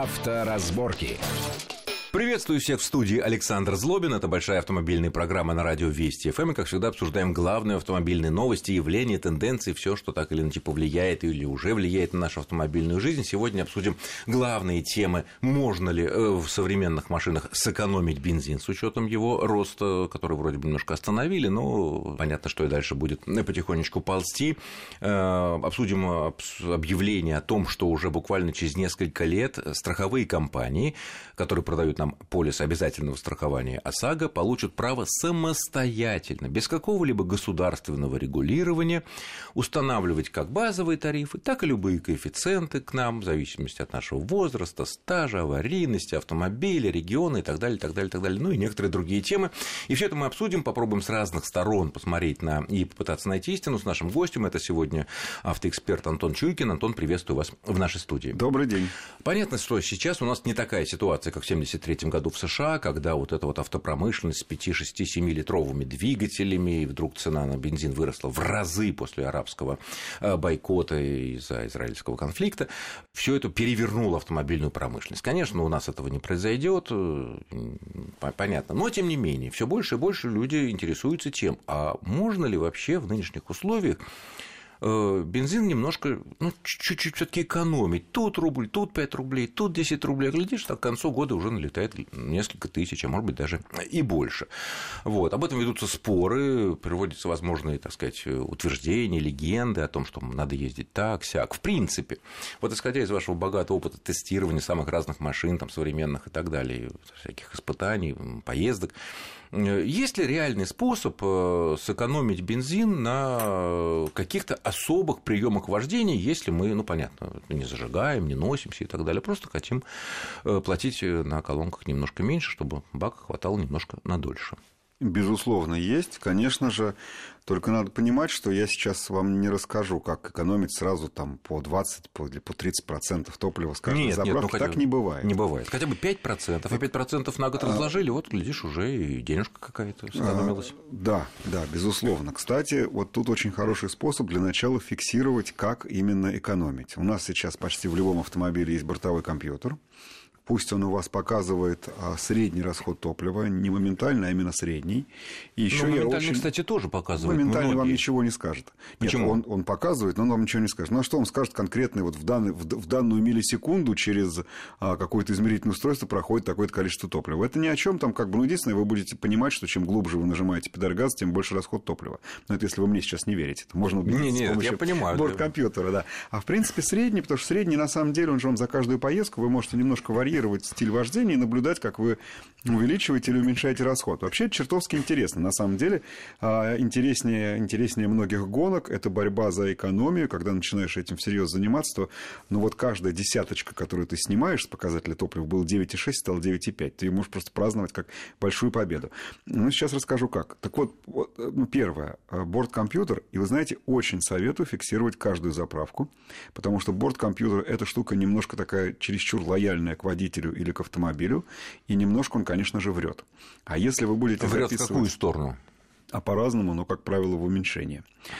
Авторазборки. Приветствую всех в студии Александр Злобин. Это большая автомобильная программа на радио Вести ФМ. И, как всегда, обсуждаем главные автомобильные новости, явления, тенденции, все, что так или иначе повлияет или уже влияет на нашу автомобильную жизнь. Сегодня обсудим главные темы. Можно ли в современных машинах сэкономить бензин с учетом его роста, который вроде бы немножко остановили, но понятно, что и дальше будет потихонечку ползти. Обсудим объявление о том, что уже буквально через несколько лет страховые компании, которые продают нам полис обязательного страхования ОСАГО, получат право самостоятельно, без какого-либо государственного регулирования, устанавливать как базовые тарифы, так и любые коэффициенты к нам, в зависимости от нашего возраста, стажа, аварийности, автомобиля, региона и так далее, так далее, так далее, ну и некоторые другие темы. И все это мы обсудим, попробуем с разных сторон посмотреть и попытаться найти истину с нашим гостем. Это сегодня автоэксперт Антон Чуйкин. Антон, приветствую вас в нашей студии. Добрый день. Понятно, что сейчас у нас не такая ситуация, как в 1973 году в США, когда вот эта вот автопромышленность с 5, 6, 7-литровыми двигателями, и вдруг цена на бензин выросла в разы после арабского бойкота из-за израильского конфликта. Все это перевернуло автомобильную промышленность. Конечно, у нас этого не произойдет, понятно, но тем не менее, все больше и больше люди интересуются тем, а можно ли вообще в нынешних условиях бензин немножко, чуть-чуть все-таки экономить. Тут рубль, тут 5 рублей, тут 10 рублей. Глядишь, так к концу года уже налетает несколько тысяч, а может быть даже и больше. Вот. Об этом ведутся споры, приводятся возможные, так сказать, утверждения, легенды о том, что надо ездить так, сяк. В принципе, вот исходя из вашего богатого опыта тестирования самых разных машин, там, современных и так далее, всяких испытаний, поездок, есть ли реальный способ сэкономить бензин на каких-то особых приемах вождения, если мы, понятно, не зажигаем, не носимся и так далее, просто хотим платить на колонках немножко меньше, чтобы бака хватало немножко надольше? Безусловно, есть. Конечно же, только надо понимать, что я сейчас вам не расскажу, как экономить сразу там по 20, или по 30% топлива с каждой заправки. Так не бывает. Не бывает. Хотя бы 5%, а 5% на год разложили, вот, глядишь, уже и денежка какая-то сэкономилась. Да, безусловно. Кстати, вот тут очень хороший способ для начала фиксировать, как именно экономить. У нас сейчас почти в любом автомобиле есть бортовой компьютер. Пусть он у вас показывает средний расход топлива, не моментально, а именно средний. И еще моментально, кстати, тоже показывает. Моментально многие. вам ничего не скажет. Почему? Нет, он показывает, но он вам ничего не скажет. Ну, а что он скажет конкретно вот в данную миллисекунду через какое-то измерительное устройство проходит такое-то количество топлива? Это ни о чем. Там единственное, вы будете понимать, что чем глубже вы нажимаете педаль газа, тем больше расход топлива. Но это если вы мне сейчас не верите. Это можно убедиться с помощью борткомпьютера. Да. А в принципе средний, потому что средний на самом деле, он же вам за каждую поездку, вы можете немножко варьировать стиль вождения и наблюдать, как вы увеличиваете или уменьшаете расход. Вообще, это чертовски интересно. На самом деле, интереснее многих гонок – это борьба за экономию. Когда начинаешь этим всерьез заниматься, то каждая десяточка, которую ты снимаешь с показателя топлива, было 9,6, стало 9,5. Ты можешь просто праздновать как большую победу. Сейчас расскажу, как. Так вот, первое. Борткомпьютер. И вы знаете, очень советую фиксировать каждую заправку, потому что борткомпьютер – это штука немножко такая чересчур лояльная к водителю или к автомобилю, и немножко он, конечно же, врет. А если вы будете записывать... Врет в какую сторону? А по-разному, но, как правило, в уменьшение.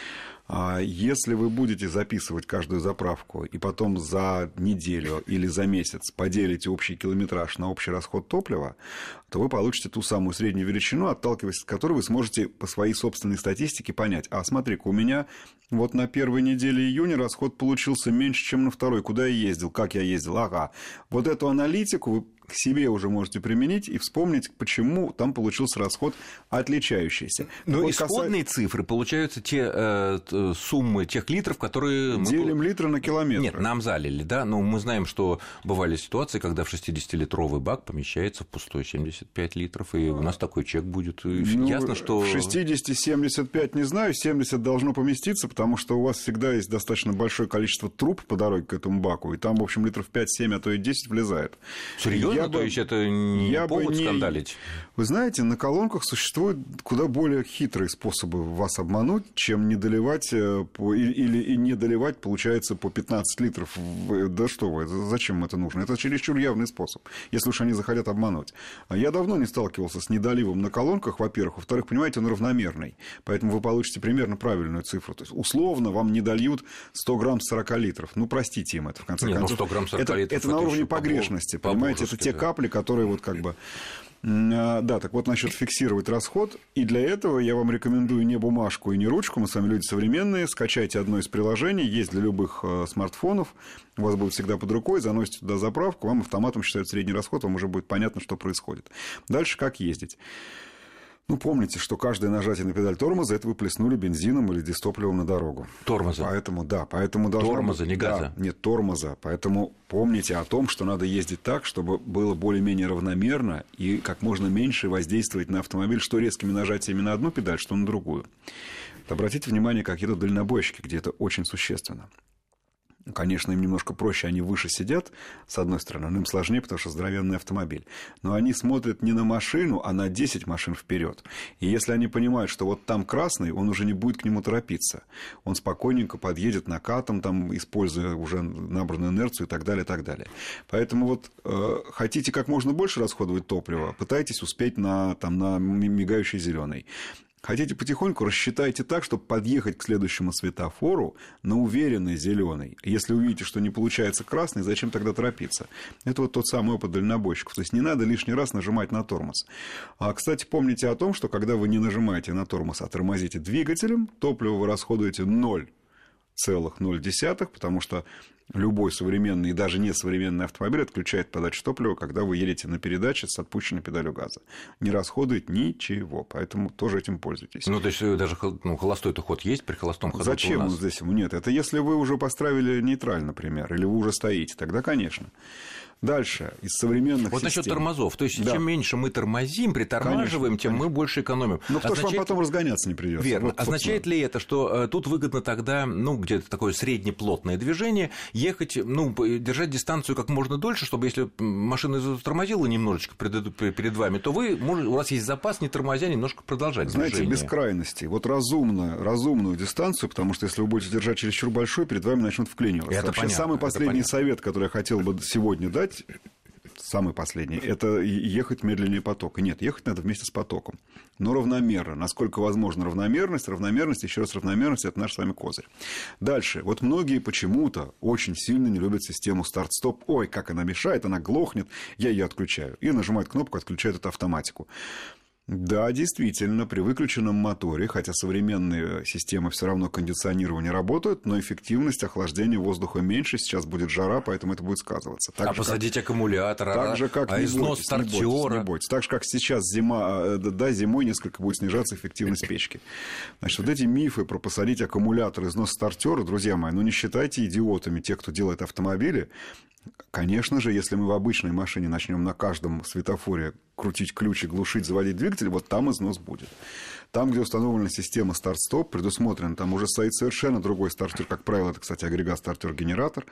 Если вы будете записывать каждую заправку и потом за неделю или за месяц поделите общий километраж на общий расход топлива, то вы получите ту самую среднюю величину, отталкиваясь от которой вы сможете по своей собственной статистике понять: смотри-ка, у меня вот на первой неделе июня расход получился меньше, чем на второй. Куда я ездил, как я ездил? Вот эту аналитику вы к себе уже можете применить и вспомнить, почему там получился расход отличающийся. Но исходные цифры получаются те суммы тех литров, которые... Делим литры на километр. Нет, нам залили, да, но мы знаем, что бывали ситуации, когда в 60-литровый бак помещается в пустой 75 литров, и у нас такой чек будет. Ясно, что... В 60-75 не знаю, 70 должно поместиться, потому что у вас всегда есть достаточно большое количество труб по дороге к этому баку, и там, в общем, литров 5-7, а то и 10 влезает. Серьезно? Серьезно? То есть это не повод скандалить? Вы знаете, на колонках существуют куда более хитрые способы вас обмануть, чем не доливать или не доливать, получается, по 15 литров. Да что вы, зачем это нужно? Это чересчур явный способ, если уж они захотят обмануть. Я давно не сталкивался с недоливом на колонках, во-первых. Во-вторых, понимаете, он равномерный, поэтому вы получите примерно правильную цифру. То есть, условно, вам не дольют 100 грамм 40 литров. Ну, простите им это, в конце концов. 100 грамм 40 литров это на уровне погрешности, понимаете? Это те капли, которые вот как бы... Да, так вот насчет фиксировать расход. И для этого я вам рекомендую не бумажку и не ручку. Мы с вами люди современные. Скачайте одно из приложений. Есть для любых смартфонов. У вас будет всегда под рукой. Заносите туда заправку. Вам автоматом считают средний расход. Вам уже будет понятно, что происходит. Дальше как ездить. Ну, помните, что каждое нажатие на педаль тормоза – это вы плеснули бензином или дистопливом на дорогу. Тормоза. Поэтому должна тормоза, быть... не газа. Да, нет, тормоза. Поэтому помните о том, что надо ездить так, чтобы было более-менее равномерно и как можно меньше воздействовать на автомобиль, что резкими нажатиями на одну педаль, что на другую. Обратите внимание, как едут дальнобойщики, где это очень существенно. Конечно, им немножко проще, они выше сидят, с одной стороны, но им сложнее, потому что здоровенный автомобиль. Но они смотрят не на машину, а на 10 машин вперед. И если они понимают, что вот там красный, он уже не будет к нему торопиться. Он спокойненько подъедет накатом, там, используя уже набранную инерцию и так далее, и так далее. Поэтому вот хотите как можно больше расходовать топливо, пытайтесь успеть на мигающий зеленый. Хотите потихоньку, рассчитайте так, чтобы подъехать к следующему светофору на уверенный зеленый. Если увидите, что не получается красный, зачем тогда торопиться? Это вот тот самый опыт дальнобойщиков. То есть не надо лишний раз нажимать на тормоз. Кстати, помните о том, что когда вы не нажимаете на тормоз, а тормозите двигателем, топливо вы расходуете 0,0, потому что любой современный и даже несовременный автомобиль отключает подачу топлива, когда вы едете на передаче с отпущенной педалью газа. Не расходует ничего, поэтому тоже этим пользуйтесь. Ну, то есть даже холостой-то ход есть при холостом ходу? Зачем он здесь ему? Нет, это если вы уже поставили нейтраль, например, или вы уже стоите, тогда, конечно. Дальше, из современных вот систем... насчет тормозов. То есть, чем меньше мы тормозим, притормаживаем, тем мы больше экономим. Ну, потому что вам потом разгоняться не придется. Верно. Вот, означает ли это, что тут выгодно тогда, где-то такое среднеплотное движение, ехать, держать дистанцию как можно дольше, чтобы если машина затормозила немножечко перед вами, то у вас есть запас, не тормозя, немножко продолжать движение. Знаете, без крайностей. Вот разумную дистанцию, потому что если вы будете держать чересчур большой, перед вами начнут вклиниваться. Это вообще понятно, самый последний совет, который я хотел бы сегодня дать, самый последний, это ехать медленнее потока. Нет, ехать надо вместе с потоком, но равномерно. Насколько возможно равномерность, еще раз равномерность – это наш с вами козырь. Дальше. Вот многие почему-то очень сильно не любят систему старт-стоп. Ой, как она мешает, она глохнет, я ее отключаю. И нажимают кнопку, отключают эту автоматику. Да, действительно, при выключенном моторе, хотя современные системы все равно кондиционирования работают, но эффективность охлаждения воздуха меньше, сейчас будет жара, поэтому это будет сказываться. Посадить аккумулятор, износ стартера. Не бойтесь. Так же, как сейчас зимой несколько будет снижаться эффективность печки. Значит, вот эти мифы про посадить аккумулятор, износ стартера, друзья мои, не считайте идиотами тех, кто делает автомобили. Конечно же, если мы в обычной машине начнем на каждом светофоре крутить ключи, глушить, заводить двигатель, вот там износ будет. Там, где установлена система старт-стоп, предусмотрен, там уже стоит совершенно другой стартер. Как правило, это, кстати, агрегат стартер-генератор.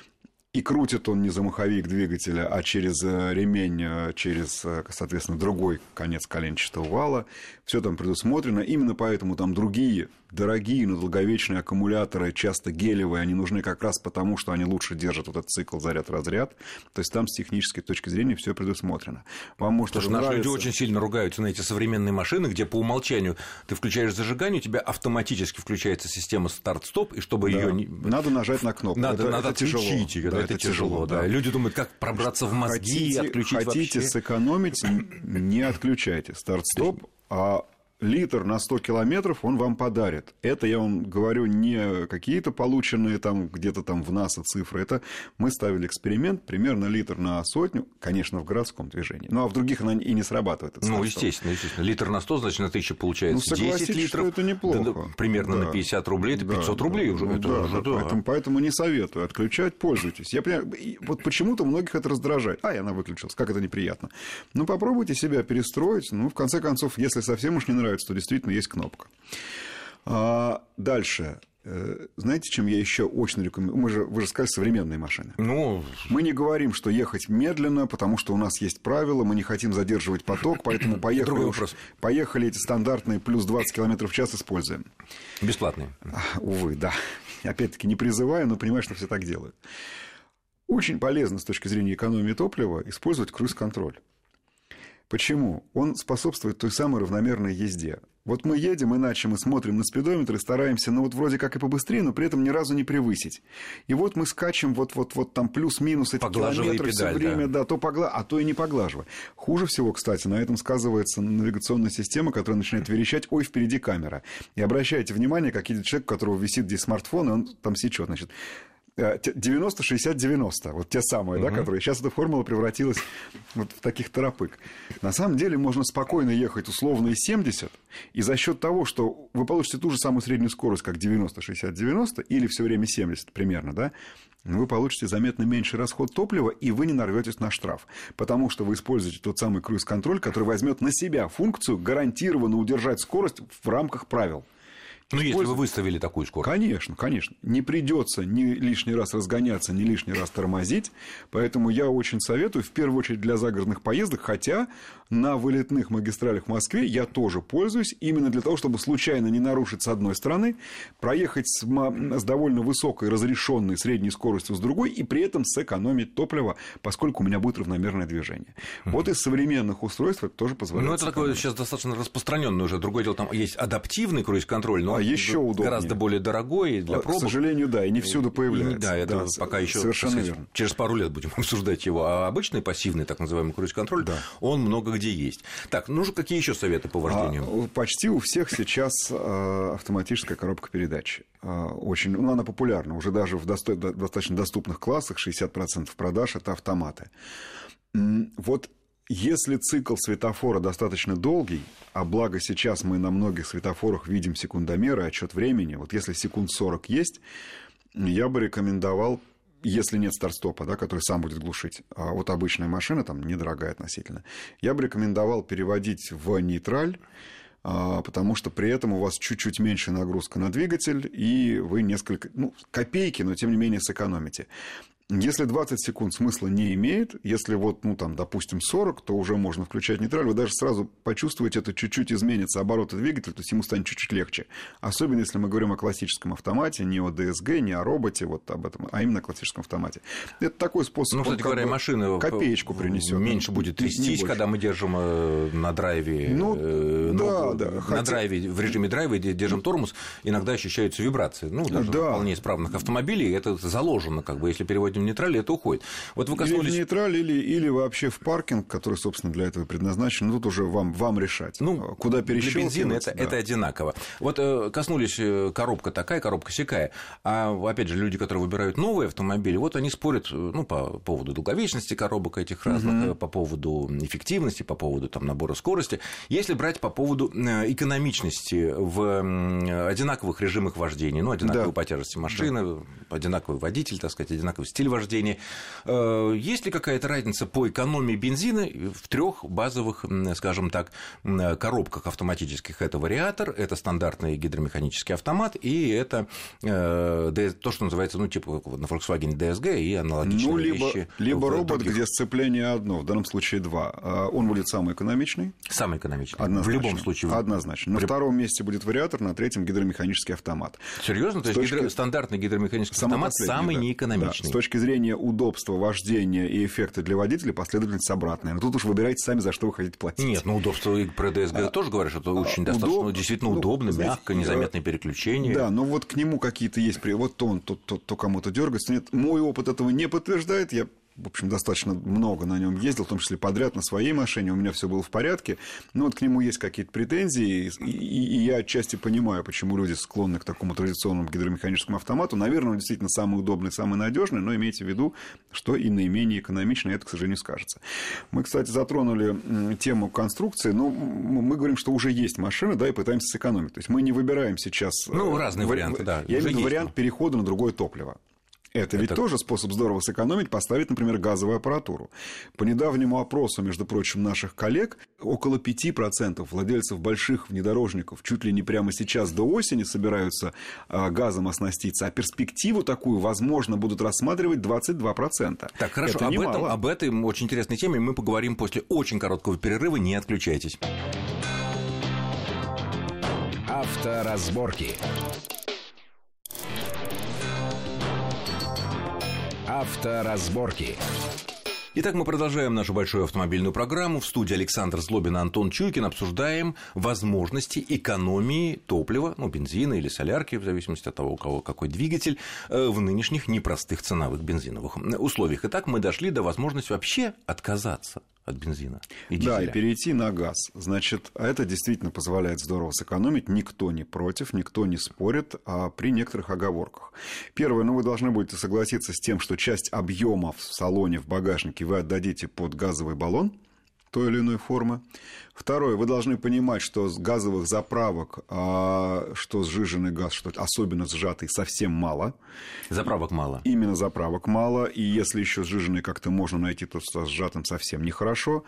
И крутит он не за маховик двигателя, а через ремень, через, соответственно, другой конец коленчатого вала. Все там предусмотрено. Именно поэтому там другие дорогие, но долговечные аккумуляторы, часто гелевые, они нужны как раз потому, что они лучше держат вот этот цикл заряд-разряд. То есть там с технической точки зрения все предусмотрено. Вам может Потому что наши люди очень сильно ругаются на эти современные машины, где по умолчанию ты включаешь зажигание, у тебя автоматически включается система старт-стоп, и чтобы ее надо нажать на кнопку. Надо отключить ее. Это тяжело. Да. Люди думают, как пробраться в мозги и отключить Хотите вообще. Сэкономить, не отключайте старт-стоп, а литр на 100 километров он вам подарит. Это я вам говорю не какие-то полученные там где-то там в НАСА цифры. Это мы ставили эксперимент, примерно литр на 100, конечно, в городском движении. Ну, а в других она и не срабатывает. Естественно. Литр на 100, значит, на 1000 получается 10 литров. Что это неплохо. Примерно на 50 рублей, это 500 рублей уже. Поэтому не советую отключать, пользуйтесь. Я понимаю, вот почему-то многих это раздражает. Она выключилась, как это неприятно. Ну, попробуйте себя перестроить. Ну, в конце концов, если совсем уж не нравится, то действительно есть кнопка. Дальше. знаете, чем я еще очень рекомендую? Вы же сказали, современные машины. Ну... Мы не говорим, что ехать медленно, потому что у нас есть правила, мы не хотим задерживать поток, поэтому поехали эти стандартные плюс 20 км в час используем. Бесплатные. Увы, да. Опять-таки не призываю, но понимаю, что все так делают. Очень полезно с точки зрения экономии топлива использовать круиз-контроль. Почему? Он способствует той самой равномерной езде. Вот мы едем, иначе мы смотрим на спидометр и стараемся, ну вот вроде как и побыстрее, но при этом ни разу не превысить. И вот мы скачем вот там плюс-минус эти километры все время, да, а то и не поглаживая. Хуже всего, кстати, на этом сказывается навигационная система, которая начинает верещать: ой, впереди камера. И обращайте внимание, как едет человек, у которого висит здесь смартфон, и он там сечет, значит. 90-60-90, вот те самые, да, которые... Сейчас эта формула превратилась вот в таких торопык. На самом деле можно спокойно ехать условно и 70, и за счет того, что вы получите ту же самую среднюю скорость, как 90-60-90, или все время 70 примерно, да, вы получите заметно меньший расход топлива, и вы не нарветесь на штраф. Потому что вы используете тот самый круиз-контроль, который возьмет на себя функцию гарантированно удержать скорость в рамках правил. Ну, если вы выставили такую скорость. Конечно, конечно. Не придется ни лишний раз разгоняться, ни лишний раз тормозить. Поэтому я очень советую, в первую очередь для загородных поездок, хотя на вылетных магистралях в Москве я тоже пользуюсь, именно для того, чтобы случайно не нарушить с одной стороны, проехать с довольно высокой разрешенной средней скоростью с другой, и при этом сэкономить топливо, поскольку у меня будет равномерное движение. Вот из современных устройств это тоже позволяет. Ну, это такое сейчас достаточно распространенное уже. Другое дело, там есть адаптивный круиз-контроль, но еще удобнее. Гораздо более дорогой для пробок. К сожалению, да, и не всюду появляется. Да, это пока еще совершенно верно. Через пару лет будем обсуждать его. А обычный пассивный, так называемый круиз-контроль, он много где есть. Так, ну же, какие еще советы по вождению? Почти у всех сейчас автоматическая коробка передач. Очень, она популярна. Уже даже в достаточно доступных классах 60% продаж – это автоматы. Вот если цикл светофора достаточно долгий, а благо сейчас мы на многих светофорах видим секундомеры, отсчет времени, вот если секунд 40 есть, я бы рекомендовал, если нет старт-стопа, да, который сам будет глушить, а вот обычная машина, там, недорогая относительно, я бы рекомендовал переводить в нейтраль, потому что при этом у вас чуть-чуть меньше нагрузка на двигатель, и вы несколько, копейки, но тем не менее сэкономите. Если 20 секунд смысла не имеет, если допустим, 40, то уже можно включать нейтраль, вы даже сразу почувствуете, это чуть-чуть изменится обороты двигателя, то есть ему станет чуть-чуть легче. Особенно, если мы говорим о классическом автомате, не о DSG, не о роботе, вот об этом, а именно о классическом автомате. Это такой способ, кстати говоря, машина копеечку принесет. Меньше будет трястись, когда мы держим на драйве, на драйве, в режиме драйва держим тормоз, иногда ощущаются вибрации. Даже вполне исправных автомобилей, это заложено, если переводим в нейтраль, это уходит. Вот вы коснулись... Или в нейтраль, или вообще в паркинг, который, собственно, для этого предназначен. Тут уже вам решать. Куда перещелкивать. Для бензина это одинаково. Вот коснулись коробка такая, коробка сякая. А опять же, люди, которые выбирают новые автомобили, вот они спорят по поводу долговечности коробок этих разных, по поводу эффективности, по поводу набора скорости. Если брать по поводу экономичности в одинаковых режимах вождения, одинаковой по тяжести машины, одинаковый водитель, так сказать, одинаковый стиль вождения. Есть ли какая-то разница по экономии бензина в трех базовых, скажем так, коробках автоматических? Это вариатор, это стандартный гидромеханический автомат, и это то, что называется, на Volkswagen DSG и аналогичные вещи. Либо робот, где сцепление одно, в данном случае два. Он будет самый экономичный. Самый экономичный. Однозначно. В любом случае. Однозначно. На втором месте будет вариатор, на третьем гидромеханический автомат. Серьезно? То есть стандартный гидромеханический автомат самый неэкономичный. С точки зрения удобства вождения и эффекта для водителя последовательность обратная. Но тут уж выбирайте сами, за что вы хотите платить. Нет, удобство и про DSG тоже говорят, что это очень достаточно действительно удобно, мягко, незаметное переключение. Да, но вот к нему какие-то есть... Вот то кому-то дергается. Нет, мой опыт этого не подтверждает. Я, в общем, достаточно много на нем ездил, в том числе подряд на своей машине, у меня все было в порядке, но вот к нему есть какие-то претензии, и я отчасти понимаю, почему люди склонны к такому традиционному гидромеханическому автомату. Наверное, он действительно самый удобный, самый надежный, но имейте в виду, что и наименее экономичный, это, к сожалению, скажется. Мы, кстати, затронули тему конструкции, но мы говорим, что уже есть машина, да, и пытаемся сэкономить. То есть мы не выбираем сейчас... разные варианты, да. Я имею в виду вариант перехода на другое топливо. Это ведь тоже способ здорово сэкономить, поставить, например, газовую аппаратуру. По недавнему опросу, между прочим, наших коллег, около 5% владельцев больших внедорожников чуть ли не прямо сейчас до осени собираются газом оснаститься, а перспективу такую, возможно, будут рассматривать 22%. Так, хорошо, об этой очень интересной теме мы поговорим после очень короткого перерыва, не отключайтесь. Авторазборки. Авторазборки. Итак, мы продолжаем нашу большую автомобильную программу. В студии Александр Злобин и Антон Чуйкин. Обсуждаем возможности экономии топлива, бензина или солярки, в зависимости от того, у кого какой двигатель, в нынешних непростых ценовых бензиновых условиях. Итак, мы дошли до возможности вообще отказаться от бензина и дизеля. Да, и перейти на газ. Значит, это действительно позволяет здорово сэкономить. Никто не против, никто не спорит, а при некоторых оговорках. Первое, вы должны будете согласиться с тем, что часть объема в салоне, в багажнике вы отдадите под газовый баллон той или иной формы. Второе, вы должны понимать, что с газовых заправок, что сжиженный газ, что особенно сжатый, совсем мало. Заправок мало. Именно заправок мало. И если еще сжиженный как-то можно найти, то со сжатым совсем нехорошо.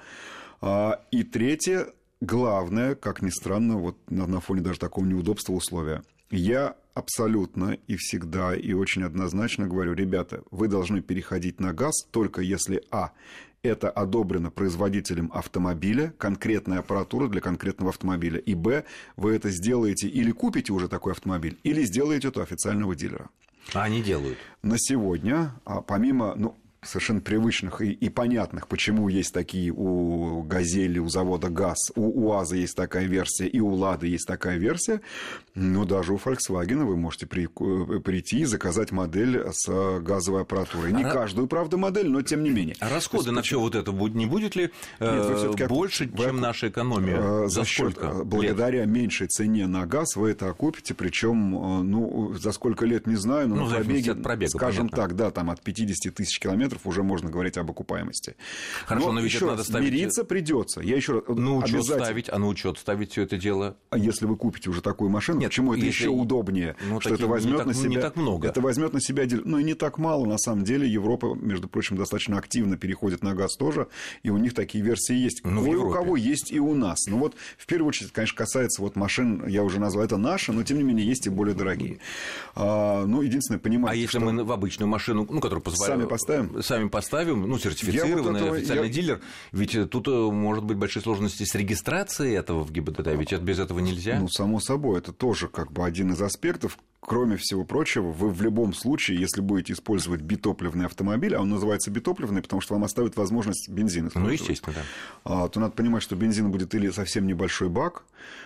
И третье, главное, как ни странно, на фоне даже такого неудобства условия. Я абсолютно и всегда и очень однозначно говорю, ребята, вы должны переходить на газ только если это одобрено производителем автомобиля, конкретная аппаратура для конкретного автомобиля. И б, вы это сделаете или купите уже такой автомобиль, или сделаете это у официального дилера. А они делают? На сегодня, помимо совершенно привычных и понятных, почему есть такие у «Газели», у завода «ГАЗ», у УАЗа есть такая версия, и у «Лады» есть такая версия, даже у «Фольксвагена» вы можете прийти и заказать модель с газовой аппаратурой. Не каждую, правда, модель, но тем не менее. А расходы на все это не будет ли больше, чем наша экономия? За счет, благодаря меньшей цене на газ вы это окупите, причем, за сколько лет, не знаю, но на пробеге, скажем так, да, там от 50 тысяч километров уже можно говорить об окупаемости. Хорошо, но ведь еще надо ставить... мириться придется. Я еще раз... На учет ставить все это дело. А если вы купите уже такую машину, почему это еще удобнее? Что это возьмет на себя... Не так много. Это возьмет на себя... и не так мало, на самом деле. Европа, между прочим, достаточно активно переходит на газ тоже, и у них такие версии есть. У кого есть и у нас. В первую очередь, конечно, касается машин, я уже назвал, это наши, но тем не менее есть и более дорогие. Единственное, понимаете, А если мы в обычную машину, которую позволяет... Сами поставим, сертифицированный официальный дилер, ведь тут может быть большие сложности с регистрацией этого в ГИБДД, ведь без этого нельзя. Само собой, это тоже один из аспектов. Кроме всего прочего, вы в любом случае, если будете использовать битопливный автомобиль, а он называется битопливный, потому что вам оставит возможность бензин использовать. Естественно, да. То надо понимать, что бензин будет или совсем небольшой бак,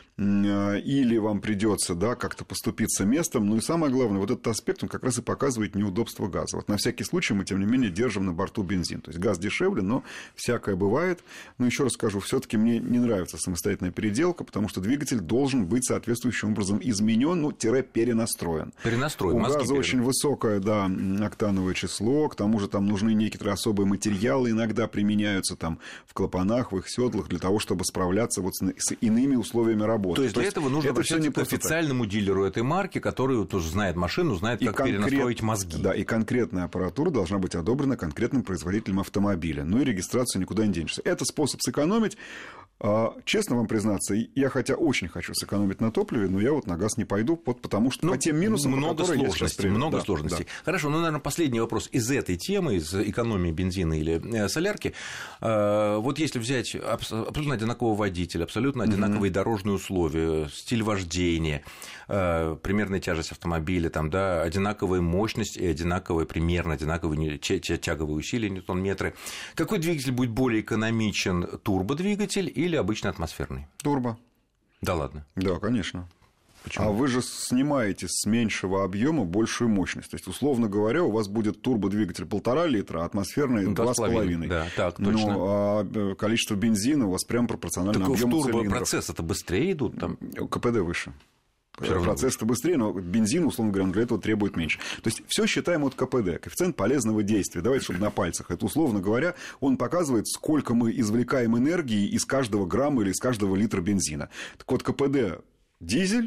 или вам придется как-то поступиться местом. И самое главное, этот аспект, он как раз и показывает неудобство газа. На всякий случай мы, тем не менее, держим на борту бензин. То есть газ дешевле, но всякое бывает. Еще раз скажу, все-таки мне не нравится самостоятельная переделка, потому что двигатель должен быть соответствующим образом изменен, перенастроен. У газа очень высокое, октановое число, к тому же там нужны некоторые особые материалы, иногда применяются в клапанах, в их седлах, для того, чтобы справляться с иными условиями работы. То есть для этого нужно обращаться к официальному дилеру этой марки, который тоже знает машину, знает, как перенастроить мозги. Да, и конкретная аппаратура должна быть одобрена конкретным производителем автомобиля. И регистрацию никуда не денешься. Это способ сэкономить. Честно вам признаться, я очень хочу сэкономить на топливе, но я на газ не пойду, потому что по тем минусам, много сложностей. Хорошо, наверное, последний вопрос из этой темы, из экономии бензина или солярки. Если взять абсолютно одинакового водителя, абсолютно одинаковые дорожные условия, стиль вождения, примерная тяжесть автомобиля, одинаковая мощность и примерно одинаковые тяговые усилия, ньютон-метры. Какой двигатель будет более экономичен, турбодвигатель или обычный атмосферный? Турбо. Да ладно? Да, конечно. Почему? А вы же снимаете с меньшего объема большую мощность. То есть, условно говоря, у вас будет турбодвигатель 1,5 литра, а атмосферный 2,5. Да, так, точно. Но количество бензина у вас прямо пропорционально объему цилиндров. Так в турбопроцессы-то быстрее идут там? КПД выше. Процесс-то быстрее, но бензин, условно говоря, для этого требует меньше. То есть все считаем от КПД, коэффициент полезного действия. Давайте, чтобы на пальцах. Это, условно говоря, он показывает, сколько мы извлекаем энергии из каждого грамма или из каждого литра бензина. Так вот, КПД дизель,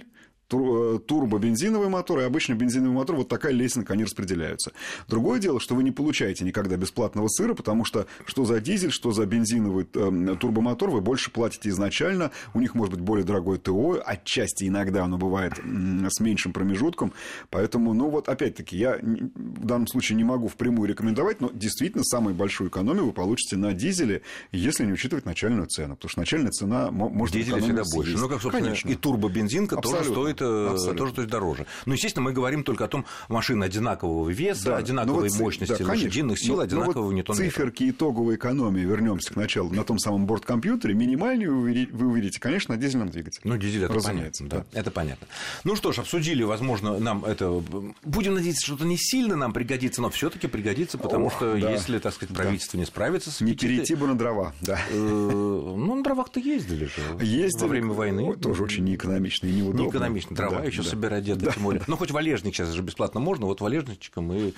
турбобензиновый мотор и обычный бензиновый мотор, вот такая лесенка, они распределяются. Другое дело, что вы не получаете никогда бесплатного сыра, потому что за дизель, что за бензиновый турбомотор вы больше платите изначально, у них может быть более дорогое ТО, отчасти иногда оно бывает с меньшим промежутком, поэтому, опять-таки, я в данном случае не могу впрямую рекомендовать, но действительно самую большую экономию вы получите на дизеле, если не учитывать начальную цену, потому что начальная цена может дизеля всегда больше. Как, собственно, конечно. И турбобензинка тоже стоит дороже. Но, естественно, мы говорим только о том, машины одинакового веса, одинаковой мощности лошадиных сил, одинакового ньютон-метра. Циферки итоговой экономии, вернемся к началу, на том самом борткомпьютере, минимальную вы увидите, конечно, на дизельном двигателе. Дизель, это понятно. Да. Это понятно. Ну что ж, обсудили, возможно, нам это... Будем надеяться, что это не сильно нам пригодится, но все-таки пригодится, потому что если, так сказать, правительство не справится с... Не перейти бы на дрова, да. На дровах-то ездили же. Во время войны. Тоже очень неэкономично и неудобно. Неэкономично. Дрова еще собирать где-то, тем более. Хоть валежник сейчас же бесплатно можно, вот валежничком и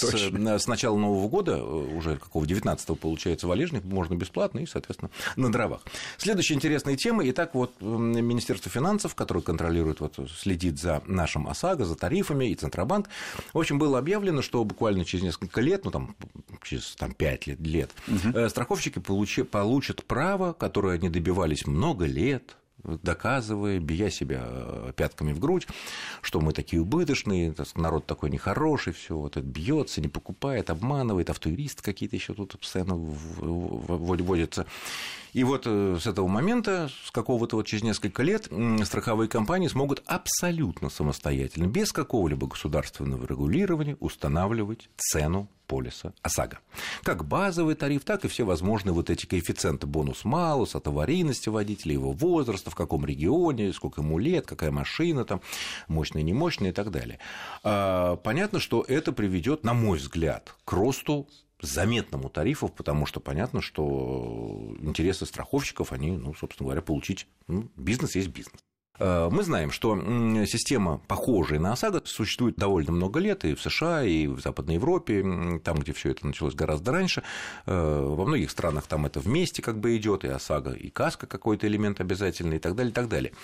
с начала Нового года, уже какого 19-го получается, валежник можно бесплатно и, соответственно, на дровах. Следующая интересная тема. Итак, Министерство финансов, которое контролирует, следит за нашим ОСАГО, за тарифами, и Центробанк, в общем, было объявлено, что буквально через несколько лет, через 5 лет, страховщики получат право, которое они добивались много лет, доказывая, бия себя пятками в грудь, что мы такие убыточные, народ такой нехороший, все это бьется, не покупает, обманывает, автоюристы какие-то еще тут постоянно вводятся. И с этого момента, с какого-то через несколько лет, страховые компании смогут абсолютно самостоятельно, без какого-либо государственного регулирования, устанавливать цену полиса ОСАГО. Как базовый тариф, так и все возможные эти коэффициенты бонус-малус от аварийности водителя, его возраста, в каком регионе, сколько ему лет, какая машина, мощная, немощная и так далее. Понятно, что это приведет, на мой взгляд, к росту заметному тарифов, потому что понятно, что интересы страховщиков, они, собственно говоря, получить бизнес есть бизнес. Мы знаем, что система, похожая на ОСАГО, существует довольно много лет и в США, и в Западной Европе, там, где все это началось гораздо раньше. Во многих странах там это вместе идет, и ОСАГО, и КАСКО какой-то элемент обязательный, и так далее, и так далее.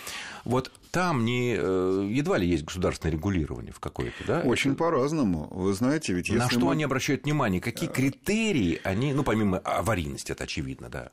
Там едва ли есть государственное регулирование в какое-то, да? Очень по-разному. Вы знаете, ведь если на что они обращают внимание, какие критерии они, помимо аварийности, это очевидно, да.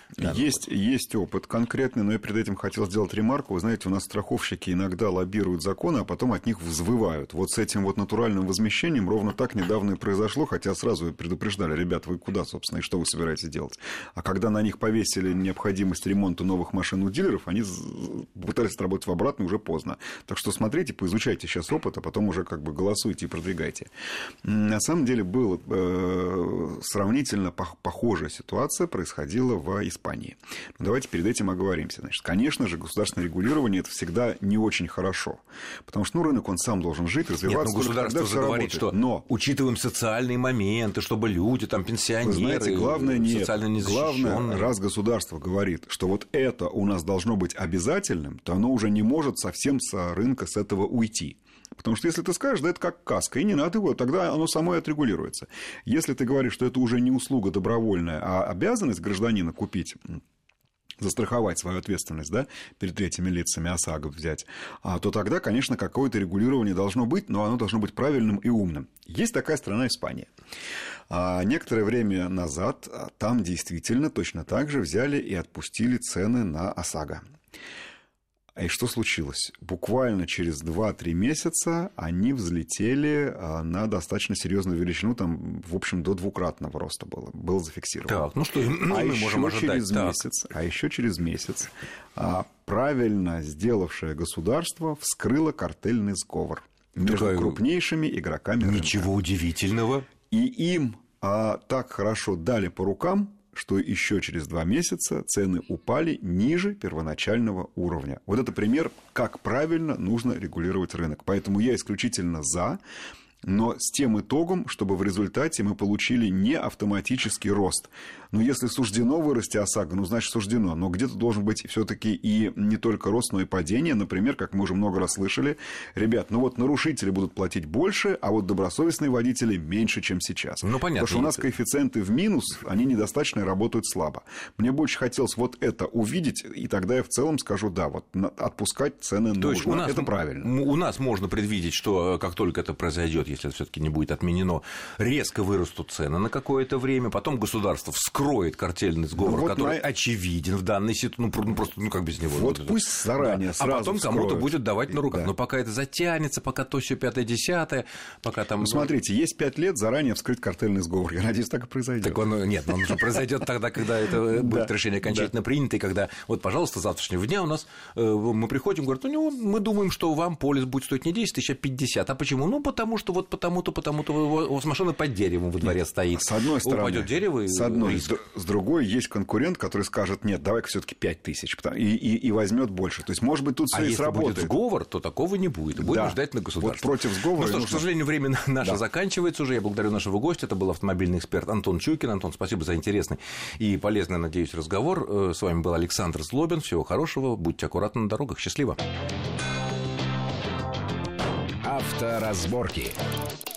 Есть опыт конкретный, но я перед этим хотел сделать ремарку. Вы знаете, у нас страховщики иногда лоббируют законы, а потом от них взвывают. С этим натуральным возмещением ровно так недавно и произошло, хотя сразу предупреждали: ребят, вы куда, собственно, и что вы собираетесь делать? А когда на них повесили необходимость ремонта новых машин у дилеров, они пытались работать в обратную, уже поздно. Так что смотрите, поизучайте сейчас опыт, а потом уже голосуйте и продвигайте. На самом деле была сравнительно похожая ситуация, происходила в Испании. Но давайте перед этим оговоримся. Конечно же, государственное регулирование – это всегда не очень хорошо. Потому что рынок, он сам должен жить, развиваться. Государство заговорит, что учитываем социальные моменты, чтобы люди, пенсионеры, вы знаете, социально незащищенные. Главное, раз государство говорит, что это у нас должно быть обязательным, то оно уже не может совсем с рынка с этого уйти. Потому что если ты скажешь, да это как каска, и не надо его, тогда оно само и отрегулируется. Если ты говоришь, что это уже не услуга добровольная, а обязанность гражданина купить, застраховать свою ответственность, да, перед третьими лицами, ОСАГО взять, то тогда, конечно, какое-то регулирование должно быть, но оно должно быть правильным и умным. Есть такая страна Испания. Некоторое время назад там действительно точно так же взяли и отпустили цены на ОСАГО. И что случилось? Буквально через 2-3 месяца они взлетели на достаточно серьезную величину, в общем, до 2-кратного роста было зафиксировано. Так, что мы можем ожидать? А еще через месяц правильно сделавшее государство вскрыло картельный сговор между крупнейшими игроками рынка. Ничего удивительного. И им так хорошо дали по рукам, что еще через 2 месяца цены упали ниже первоначального уровня. Это пример, как правильно нужно регулировать рынок. Поэтому я исключительно за но с тем итогом, чтобы в результате мы получили не автоматический рост. Но если суждено вырасти ОСАГО, значит суждено. Но где-то должен быть все-таки и не только рост, но и падение. Например, как мы уже много раз слышали, ребят, нарушители будут платить больше, а вот добросовестные водители меньше, чем сейчас. Понятно. Потому что у нас коэффициенты в минус, они недостаточно и работают слабо. Мне больше хотелось вот это увидеть, и тогда я в целом скажу, да, вот отпускать цены нужно. То есть это правильно. У нас можно предвидеть, что как только это произойдет, если это все-таки не будет отменено, резко вырастут цены на какое-то время, потом государство вскроет картельный сговор, который очевиден в данной ситуации, просто как без него. Вот пусть заранее сразу а потом вскроют. кому-то будет давать на руках. Да. Но пока это затянется, пока то все 5-10, пока там... Смотрите, есть 5 лет заранее вскрыть картельный сговор. Я надеюсь, так и произойдет. Так он же произойдет тогда, когда это будет решение окончательно принято, и когда, пожалуйста, с завтрашнего дня у нас мы приходим, говорят, мы думаем, что вам полис будет стоить не 10 тысяч, а 50. А почему? Потому что потому-то у вас машина под деревом во дворе стоит. С одной стороны, упадет дерево, и с одной, с другой есть конкурент, который скажет, нет, давай-ка все-таки 5 тысяч, и возьмет больше. То есть, может быть, тут все и сработает. Если будет сговор, то такого не будет. Будем ждать на государство. Вот против сговора. К сожалению, время наше заканчивается уже. Я благодарю нашего гостя. Это был автомобильный эксперт Антон Чуйкин. Антон, спасибо за интересный и полезный, надеюсь, разговор. С вами был Александр Злобин. Всего хорошего. Будьте аккуратны на дорогах. Счастливо. Авторазборки.